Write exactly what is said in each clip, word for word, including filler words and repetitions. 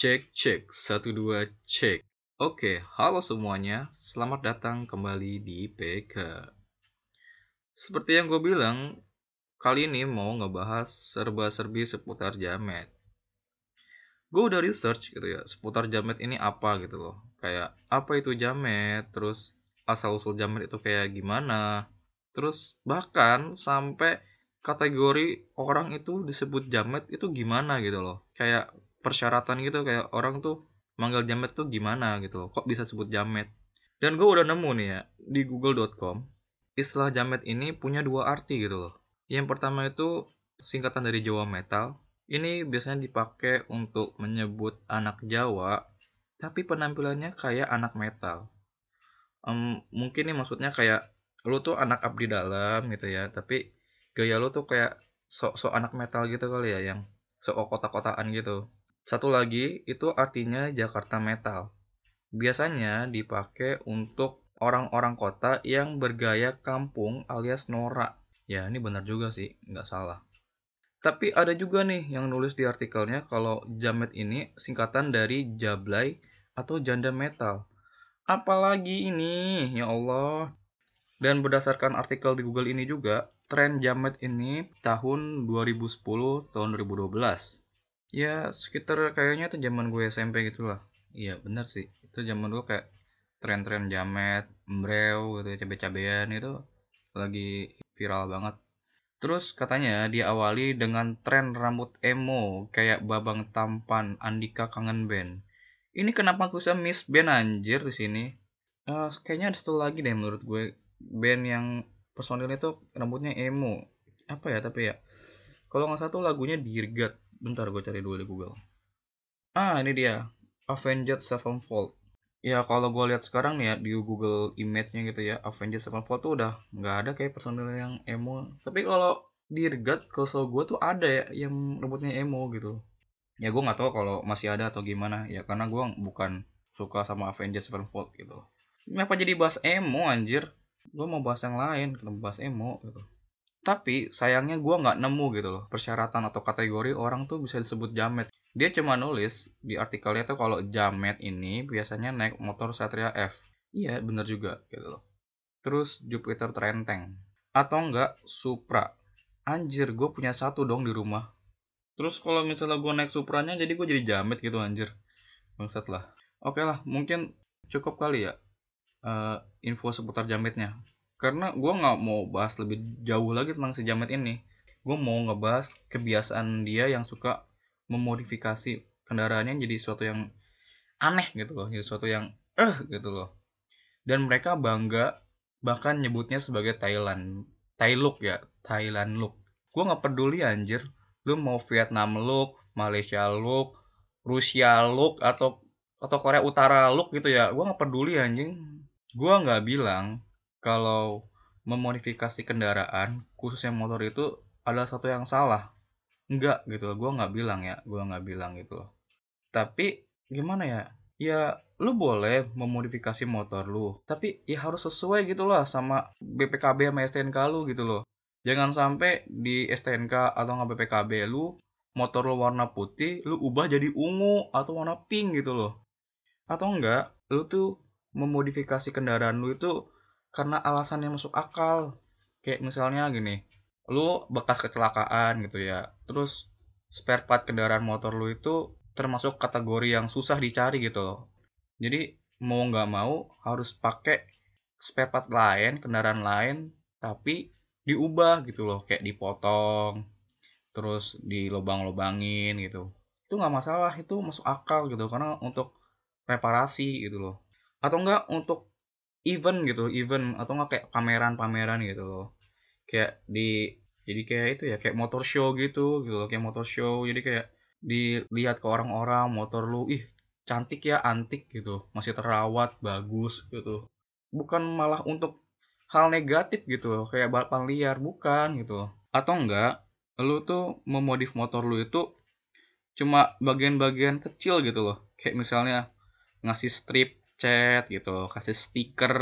Cek, cek, satu dua cek. Oke, halo semuanya, selamat datang kembali di P K. Seperti yang gue bilang, kali ini mau ngebahas serba-serbi seputar jamet. Gue udah research gitu ya, seputar jamet ini apa gitu loh. Kayak apa itu jamet, terus asal-usul jamet itu kayak gimana. Terus bahkan sampai kategori orang itu disebut jamet itu gimana gitu loh. Kayak persyaratan gitu, kayak orang tuh manggil jamet tuh gimana gitu loh. Kok bisa sebut jamet. Dan gue udah nemu nih ya, di google dot com, istilah jamet ini punya dua arti gitu loh. Yang pertama itu singkatan dari Jawa Metal. Ini biasanya dipakai untuk menyebut anak Jawa, tapi penampilannya kayak anak metal. Um, mungkin nih maksudnya kayak lu tuh anak abdi dalam gitu ya, tapi gaya lu tuh kayak sok-sok anak metal gitu kali ya, yang sok kotak-kotakan gitu. Satu lagi itu artinya Jakarta Metal. Biasanya dipakai untuk orang-orang kota yang bergaya kampung alias norak. Ya, ini benar juga sih, nggak salah. Tapi ada juga nih yang nulis di artikelnya kalau jamet ini singkatan dari jablay atau janda metal. Apalagi ini, ya Allah. Dan berdasarkan artikel di Google ini juga, tren jamet ini tahun dua ribu sepuluh tahun dua ribu dua belas. Ya, sekitar kayaknya itu zaman gue S M P gitulah. Iya, benar sih. Itu zaman gue kayak tren-tren jamet, embreo gitu ya, cabe-cabean itu lagi viral banget. Terus katanya diawali dengan tren rambut emo kayak Babang Tampan, Andika Kangen Band. Ini kenapa tulisannya Miss Band anjir di sini? Eh, kayaknya ada satu lagi deh menurut gue, band yang personilnya tuh rambutnya emo. Apa ya tapi ya? Kalau nggak salah tuh lagunya Dirgat. Bentar gue cari dulu di Google. Ah, ini dia. Avenged Sevenfold. Ya kalau gue lihat sekarang nih ya di Google Image-nya gitu ya, Avenged Sevenfold tuh udah nggak ada kayak personil yang emo. Tapi kalau Dirgat, kalau gue tuh ada ya yang rambutnya emo gitu. Ya gue nggak tahu kalau masih ada atau gimana ya, karena gue bukan suka sama Avenged Sevenfold gitu. Kenapa jadi bahas emo anjir? Gue mau bahas yang lain, kenapa bahas emo gitu. Tapi sayangnya gue nggak nemu gitu loh persyaratan atau kategori orang tuh bisa disebut jamet. Dia cuma nulis di artikelnya tuh kalau jamet ini biasanya naik motor Satria F. Iya bener juga gitu loh. Terus Jupiter Trenteng. Atau enggak Supra. Anjir, gue punya satu dong di rumah. Terus kalau misalnya gue naik Supranya jadi gue jadi jamet gitu anjir. Bangsat lah. Oke lah, mungkin cukup kali ya uh, info seputar jametnya. Karena gue nggak mau bahas lebih jauh lagi tentang si jamet ini. Gue mau ngebahas kebiasaan dia yang suka memodifikasi kendaraannya jadi sesuatu yang aneh gitu loh, jadi sesuatu yang eh gitu loh. Dan mereka bangga bahkan nyebutnya sebagai Thailand, Thai look ya, Thailand look. Gue nggak peduli anjir, lu mau Vietnam look, Malaysia look, Rusia look atau atau Korea Utara look gitu ya, gue nggak peduli anjing. Gue nggak bilang kalau memodifikasi kendaraan, khususnya motor itu adalah satu yang salah. Enggak gitu loh, gue nggak bilang ya, gue nggak bilang gitu loh. Tapi gimana ya? Ya lu boleh memodifikasi motor lu, tapi ya harus sesuai gitu lah sama B P K B sama S T N K lu gitu loh. Jangan sampai di S T N K atau nggak B P K B lu, motor lu warna putih, lu ubah jadi ungu atau warna pink gitu loh. Atau enggak, lu tuh memodifikasi kendaraan lu itu karena alasan yang masuk akal. Kayak misalnya gini, lu bekas kecelakaan gitu ya. Terus spare part kendaraan motor lu itu termasuk kategori yang susah dicari gitu loh. Jadi mau nggak mau harus pakai spare part lain, kendaraan lain, tapi diubah gitu loh. Kayak dipotong, terus dilobang-lobangin gitu. Itu nggak masalah, itu masuk akal gitu. Karena untuk reparasi gitu loh, atau enggak untuk event gitu, event atau enggak kayak pameran-pameran gitu loh, kayak di jadi kayak itu ya, kayak motor show gitu gitu loh, kayak motor show, jadi kayak dilihat ke orang-orang motor lu, ih cantik ya, antik gitu, masih terawat bagus gitu, bukan malah untuk hal negatif gitu loh, kayak balapan liar, bukan gitu loh. Atau enggak lu tuh memodif motor lu itu cuma bagian-bagian kecil gitu loh, kayak misalnya ngasih strip cat gitu, kasih stiker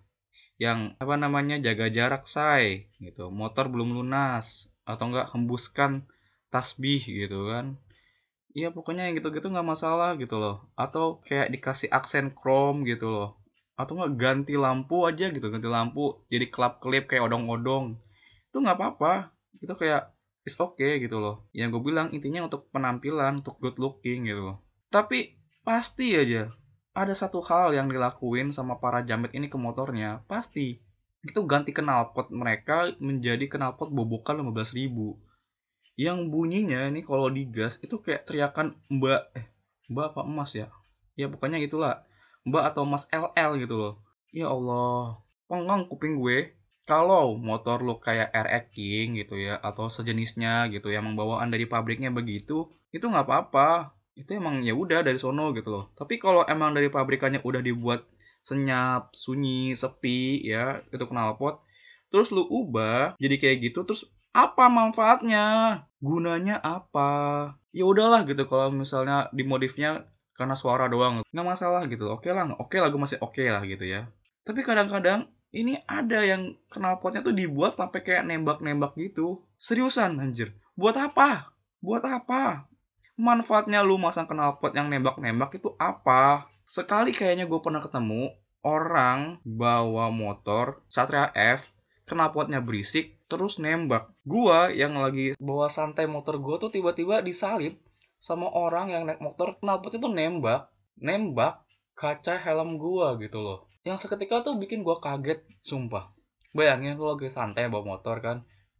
yang apa namanya jaga jarak say gitu, motor belum lunas, atau enggak hembuskan tasbih gitu kan. Iya pokoknya yang gitu-gitu nggak masalah gitu loh. Atau kayak dikasih aksen chrome gitu loh. Atau nggak ganti lampu aja gitu, ganti lampu jadi kelap-kelip kayak odong-odong. Itu nggak apa-apa. Itu kayak is okay gitu loh. Yang gue bilang intinya untuk penampilan, untuk good looking gitu loh. Tapi pasti aja ada satu hal yang dilakuin sama para jamet ini ke motornya. Pasti. Itu ganti knalpot mereka menjadi knalpot bobokan lima belas ribu. Yang bunyinya nih kalau digas itu kayak teriakan Mbak eh Mbak apa Emas ya? Ya pokoknya gitulah. Mbak atau Mas L L gitu loh. Ya Allah, pengang kuping gue. Kalau motor lo kayak R X King gitu ya atau sejenisnya gitu yang bawaan dari pabriknya begitu, itu nggak apa-apa. Itu emang ya udah dari sono gitu loh. Tapi kalau emang dari pabrikannya udah dibuat senyap, sunyi, sepi ya, itu knalpot. Terus lu ubah jadi kayak gitu terus apa manfaatnya? Gunanya apa? Ya udahlah gitu kalau misalnya dimodifnya karena suara doang. Nggak masalah gitu. Oke lah, oke lah gue masih oke lah gitu ya. Tapi kadang-kadang ini ada yang knalpotnya tuh dibuat sampai kayak nembak-nembak gitu. Seriusan anjir. Buat apa? Buat apa? Manfaatnya lu masang knalpot yang nembak-nembak itu apa? Sekali kayaknya gue pernah ketemu orang bawa motor Satria F, knalpotnya berisik, terus nembak. Gua yang lagi bawa santai motor gua tuh tiba-tiba disalip sama orang yang naik motor, knalpotnya tuh nembak, nembak kaca helm gua gitu loh. Yang seketika tuh bikin gua kaget, sumpah. Bayangin lu lagi santai bawa motor kan,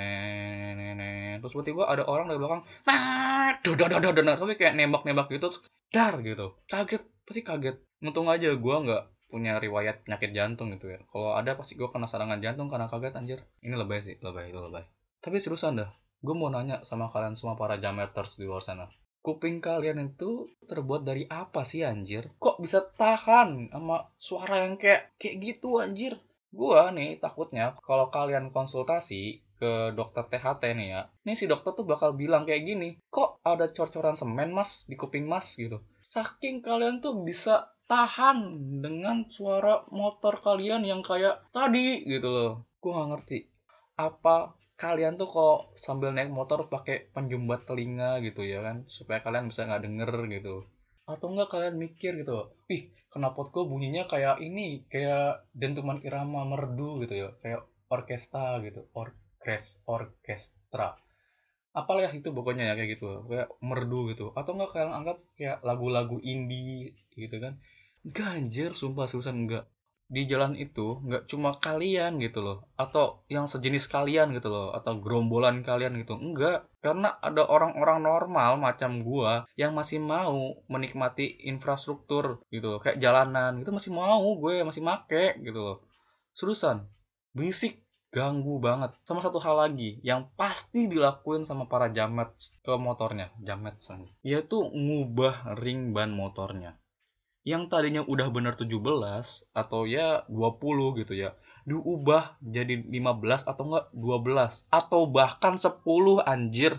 nenek, terus tiba-tiba ada orang dari belakang, nah, dodododododod, tapi kayak nembak-nembak gitu, dar gitu, kaget, pasti kaget. Untung aja gue nggak punya riwayat penyakit jantung gitu ya. Kalau ada pasti gue kena serangan jantung karena kaget anjir. Ini lebay sih, lebay itu lebay. Tapi seriusan dah, gue mau nanya sama kalian semua para jameters di luar sana. Kuping kalian itu terbuat dari apa sih anjir? Kok bisa tahan sama suara yang kayak kayak gitu anjir? Gua nih takutnya kalau kalian konsultasi ke dokter T H T nih ya. Nih si dokter tuh bakal bilang kayak gini, kok ada cor-coran semen mas di kuping mas gitu. Saking kalian tuh bisa tahan dengan suara motor kalian yang kayak tadi gitu loh. Gua nggak ngerti. Apa kalian tuh kok sambil naik motor pakai penjumbat telinga gitu ya kan supaya kalian bisa nggak denger gitu atau enggak kalian mikir gitu ih knalpot gue bunyinya kayak ini kayak dentuman irama merdu gitu ya kayak orkestra gitu orkes orkestra apalah itu pokoknya ya kayak gitu kayak merdu gitu atau enggak kalian anggap kayak lagu-lagu indie gitu kan ganjir sumpah susah enggak di jalan itu nggak cuma kalian gitu loh atau yang sejenis kalian gitu loh atau gerombolan kalian gitu enggak karena ada orang-orang normal macam gua yang masih mau menikmati infrastruktur gitu loh. Kayak jalanan itu masih mau gue masih make gitu loh seriusan berisik ganggu banget sama satu hal lagi yang pasti dilakuin sama para jamet ke motornya jamet yaitu ngubah ring ban motornya yang tadinya udah bener tujuh belas atau ya dua puluh gitu ya diubah jadi lima belas atau enggak dua belas atau bahkan sepuluh anjir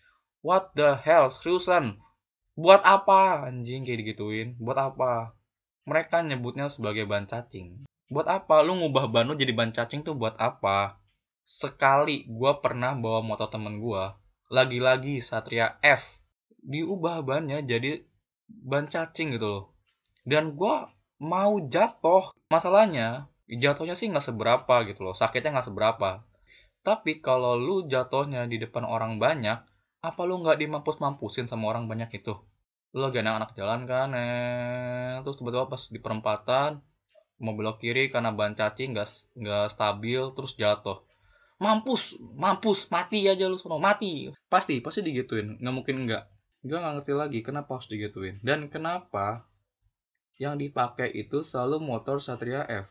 what the hell seriusan buat apa anjing kayak digituin buat apa mereka nyebutnya sebagai ban cacing buat apa lu ngubah ban lu jadi ban cacing tuh buat apa sekali gua pernah bawa motor temen gua lagi-lagi Satria F diubah bannya jadi ban cacing gitu loh dan gue mau jatuh masalahnya jatuhnya sih nggak seberapa gitu loh sakitnya nggak seberapa tapi kalau lu jatuhnya di depan orang banyak apa lu nggak dimampus-mampusin sama orang banyak itu lu lagi anak-anak jalan kan eh terus tiba-tiba pas di perempatan mau belok kiri karena ban cacing nggak nggak stabil terus jatuh mampus mampus mati aja lu sono mati pasti pasti digituin nggak mungkin enggak gue nggak ngerti lagi kenapa harus digituin dan kenapa yang dipakai itu selalu motor Satria F.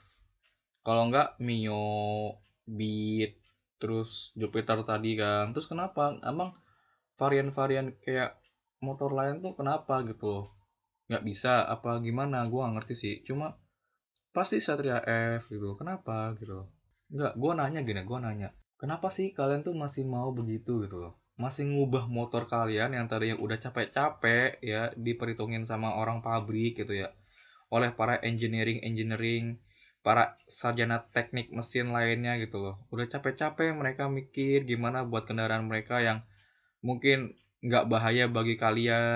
Kalau nggak Mio, Beat, terus Jupiter tadi kan. Terus kenapa? Emang varian-varian kayak motor lain tuh kenapa gitu loh? Nggak bisa apa gimana? Gue nggak ngerti sih. Cuma pasti Satria F gitu. Kenapa gitu? Nggak, gue nanya gini, gue nanya. Kenapa sih kalian tuh masih mau begitu gitu loh? Masih ngubah motor kalian yang tadinya udah capek-capek ya diperhitungin sama orang pabrik gitu ya oleh para engineering engineering para sarjana teknik mesin lainnya gitu loh udah capek-capek mereka mikir gimana buat kendaraan mereka yang mungkin nggak bahaya bagi kalian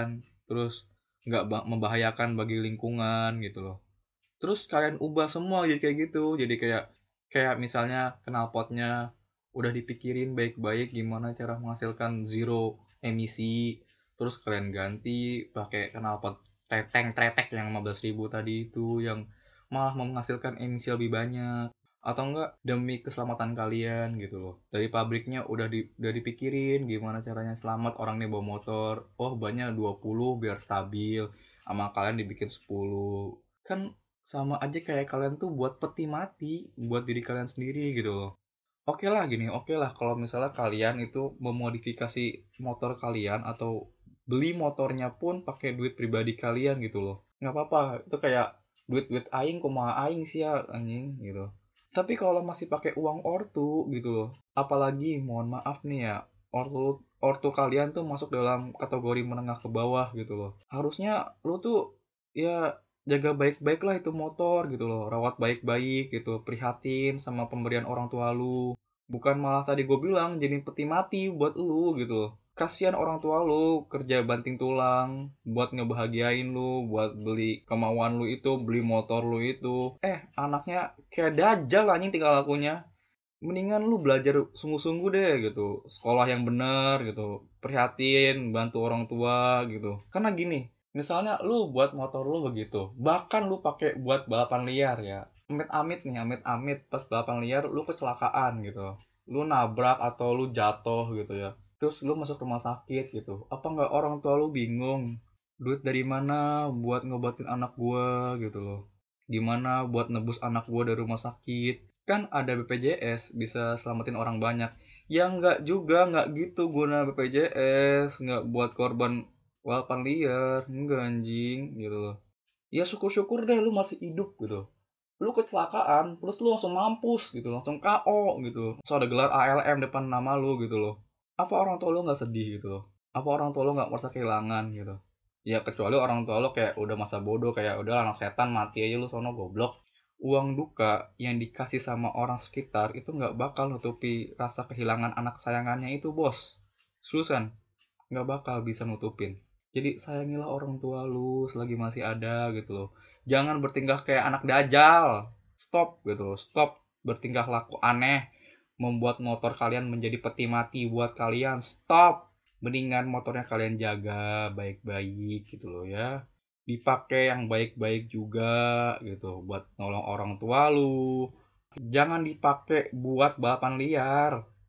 terus nggak ba- membahayakan bagi lingkungan gitu loh. Terus kalian ubah semua jadi kayak gitu, jadi kayak kayak misalnya knalpotnya udah dipikirin baik-baik gimana cara menghasilkan zero emisi, terus kalian ganti pakai knalpot teteng tretek yang lima belas ribu tadi itu yang malah menghasilkan emisi lebih banyak, atau enggak demi keselamatan kalian gitu loh. Dari pabriknya udah di, udah dipikirin gimana caranya selamat orang nih bawa motor. Oh, banyak dua puluh biar stabil. Sama kalian dibikin sepuluh. Kan sama aja kayak kalian tuh buat peti mati buat diri kalian sendiri gitu loh. Oke lah gini, oke lah kalau misalnya kalian itu memodifikasi motor kalian atau beli motornya pun pakai duit pribadi kalian gitu loh. Nggak apa-apa, itu kayak duit-duit aing kumaha aing sih ya anjing gitu. Tapi kalau masih pakai uang ortu gitu loh, apalagi mohon maaf nih ya, ortu ortu kalian tuh masuk dalam kategori menengah ke bawah gitu loh. Harusnya lu tuh ya jaga baik-baik lah itu motor gitu loh, rawat baik-baik gitu, prihatin sama pemberian orang tua lu. Bukan malah tadi gue bilang jadi peti mati buat lu gitu loh. Kasihan orang tua lu kerja banting tulang buat ngebahagiain lu, buat beli kemauan lu itu, beli motor lu itu. Eh, anaknya kayak dajal anjing tingkah lakunya. Mendingan lu belajar sungguh-sungguh deh gitu. Sekolah yang bener gitu. Prihatin, bantu orang tua gitu. Karena gini, misalnya lu buat motor lu begitu, bahkan lu pakai buat balapan liar ya. Amit-amit nih, amit-amit pas balapan liar lu kecelakaan gitu. Lu nabrak atau lu jatuh gitu ya. Terus lu masuk rumah sakit gitu. Apa nggak orang tua lu bingung? Duit dari mana buat ngobatin anak gua gitu loh. Gimana buat nebus anak gua dari rumah sakit? Kan ada B P J S bisa selamatin orang banyak. Ya nggak juga, nggak gitu guna B P J S, nggak buat korban balapan liar, enggak anjing gitu loh. Ya syukur-syukur deh lu masih hidup gitu. Lu kecelakaan, terus lu langsung mampus gitu, langsung K O gitu. Terus ada gelar A L M depan nama lu gitu loh. Apa orang tua lu nggak sedih gitu loh? Apa orang tua lu nggak merasa kehilangan gitu? Ya kecuali orang tua lu kayak udah masa bodoh, kayak udah anak setan mati aja lu sono goblok. Uang duka yang dikasih sama orang sekitar itu nggak bakal nutupi rasa kehilangan anak sayangannya itu bos. Seriusan, nggak bakal bisa nutupin. Jadi sayangilah orang tua lu selagi masih ada gitu loh. Jangan bertingkah kayak anak dajal. Stop gitu loh. Stop bertingkah laku aneh. Membuat motor kalian menjadi peti mati buat kalian. Stop. Mendingan motornya kalian jaga baik-baik gitu loh ya. Dipakai yang baik-baik juga gitu. Buat nolong orang tua lu. Jangan dipakai buat balapan liar.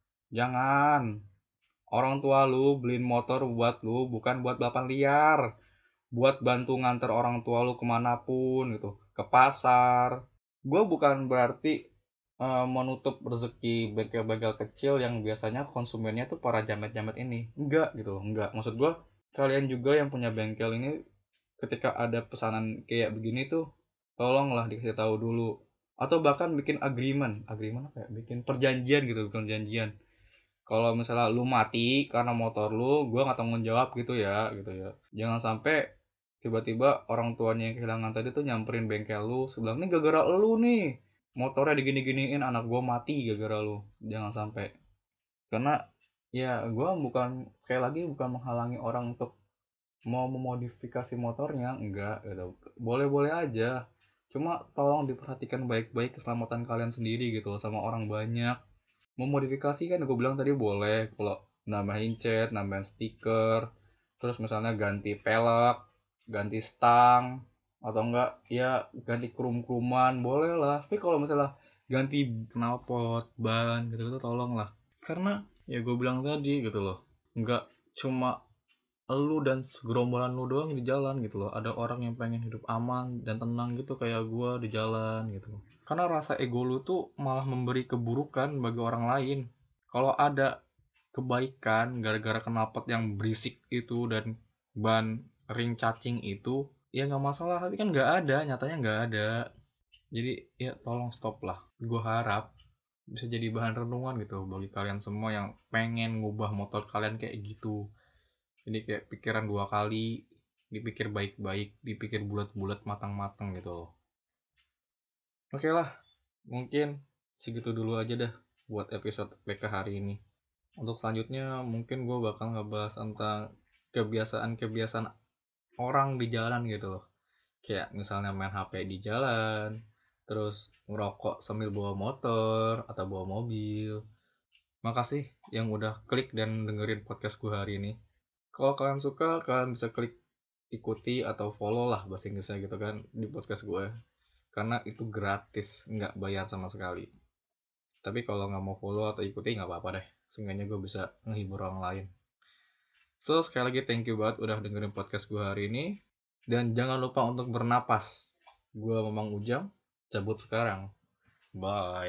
Jangan. Orang tua lu beliin motor buat lu bukan buat balapan liar. Buat bantu nganter orang tua lu kemanapun gitu. Ke pasar. Gue bukan berarti uh, menutup rezeki bengkel-bengkel kecil yang biasanya konsumennya tuh para jamet-jamet ini. Enggak gitu. Enggak. Maksud gue kalian juga yang punya bengkel ini ketika ada pesanan kayak begini tuh tolonglah dikasih tahu dulu. Atau bahkan bikin agreement. Agreement apa ya? Bikin perjanjian gitu. Perjanjian kalau misalnya lu mati karena motor lu, gua nggak tanggung jawab gitu ya, gitu ya. Jangan sampai tiba-tiba orang tuanya yang kehilangan tadi tuh nyamperin bengkel lu, sebilang nih gara-gara lu nih, motornya digini-giniin, anak gua mati gara-gara lu. Jangan sampai. Karena ya gua bukan sekali lagi bukan menghalangi orang untuk mau memodifikasi motornya, enggak, gitu. Boleh-boleh aja. Cuma tolong diperhatikan baik-baik keselamatan kalian sendiri gitu loh, sama orang banyak. Mau modifikasi kan gue bilang tadi boleh kalau nambahin cat, nambahin stiker, terus misalnya ganti pelek, ganti stang, atau enggak ya ganti krum-kruman boleh lah. Tapi kalau misalnya ganti knalpot, ban gitu gitu tolong lah. Karena ya gue bilang tadi gitu loh, enggak cuma lu dan segerombolan lu doang di jalan gitu loh. Ada orang yang pengen hidup aman dan tenang gitu kayak gue di jalan gitu. Karena rasa ego lu tuh malah memberi keburukan bagi orang lain. Kalau ada kebaikan gara-gara knalpot yang berisik itu dan ban ring cacing itu, ya nggak masalah. Tapi kan nggak ada, nyatanya nggak ada. Jadi ya tolong stop lah. Gue harap bisa jadi bahan renungan gitu bagi kalian semua yang pengen ngubah motor kalian kayak gitu. Jadi kayak pikiran dua kali, dipikir baik-baik, dipikir bulat-bulat, matang-matang gitu loh. Oke lah, mungkin segitu dulu aja dah buat episode P K hari ini. Untuk selanjutnya mungkin gue bakal ngebahas tentang kebiasaan-kebiasaan orang di jalan gitu loh. Kayak misalnya main H P di jalan, terus ngerokok sambil bawa motor atau bawa mobil. Makasih yang udah klik dan dengerin podcast gue hari ini. Kalau kalian suka, kalian bisa klik ikuti atau follow lah bahasa Inggrisnya gitu kan di podcast gue. Karena itu gratis, nggak bayar sama sekali. Tapi kalau nggak mau follow atau ikuti nggak apa-apa deh. Seenggaknya gue bisa ngehibur orang lain. So, sekali lagi thank you banget udah dengerin podcast gue hari ini. Dan jangan lupa untuk bernapas. Gue Memang Ujang, cabut sekarang. Bye.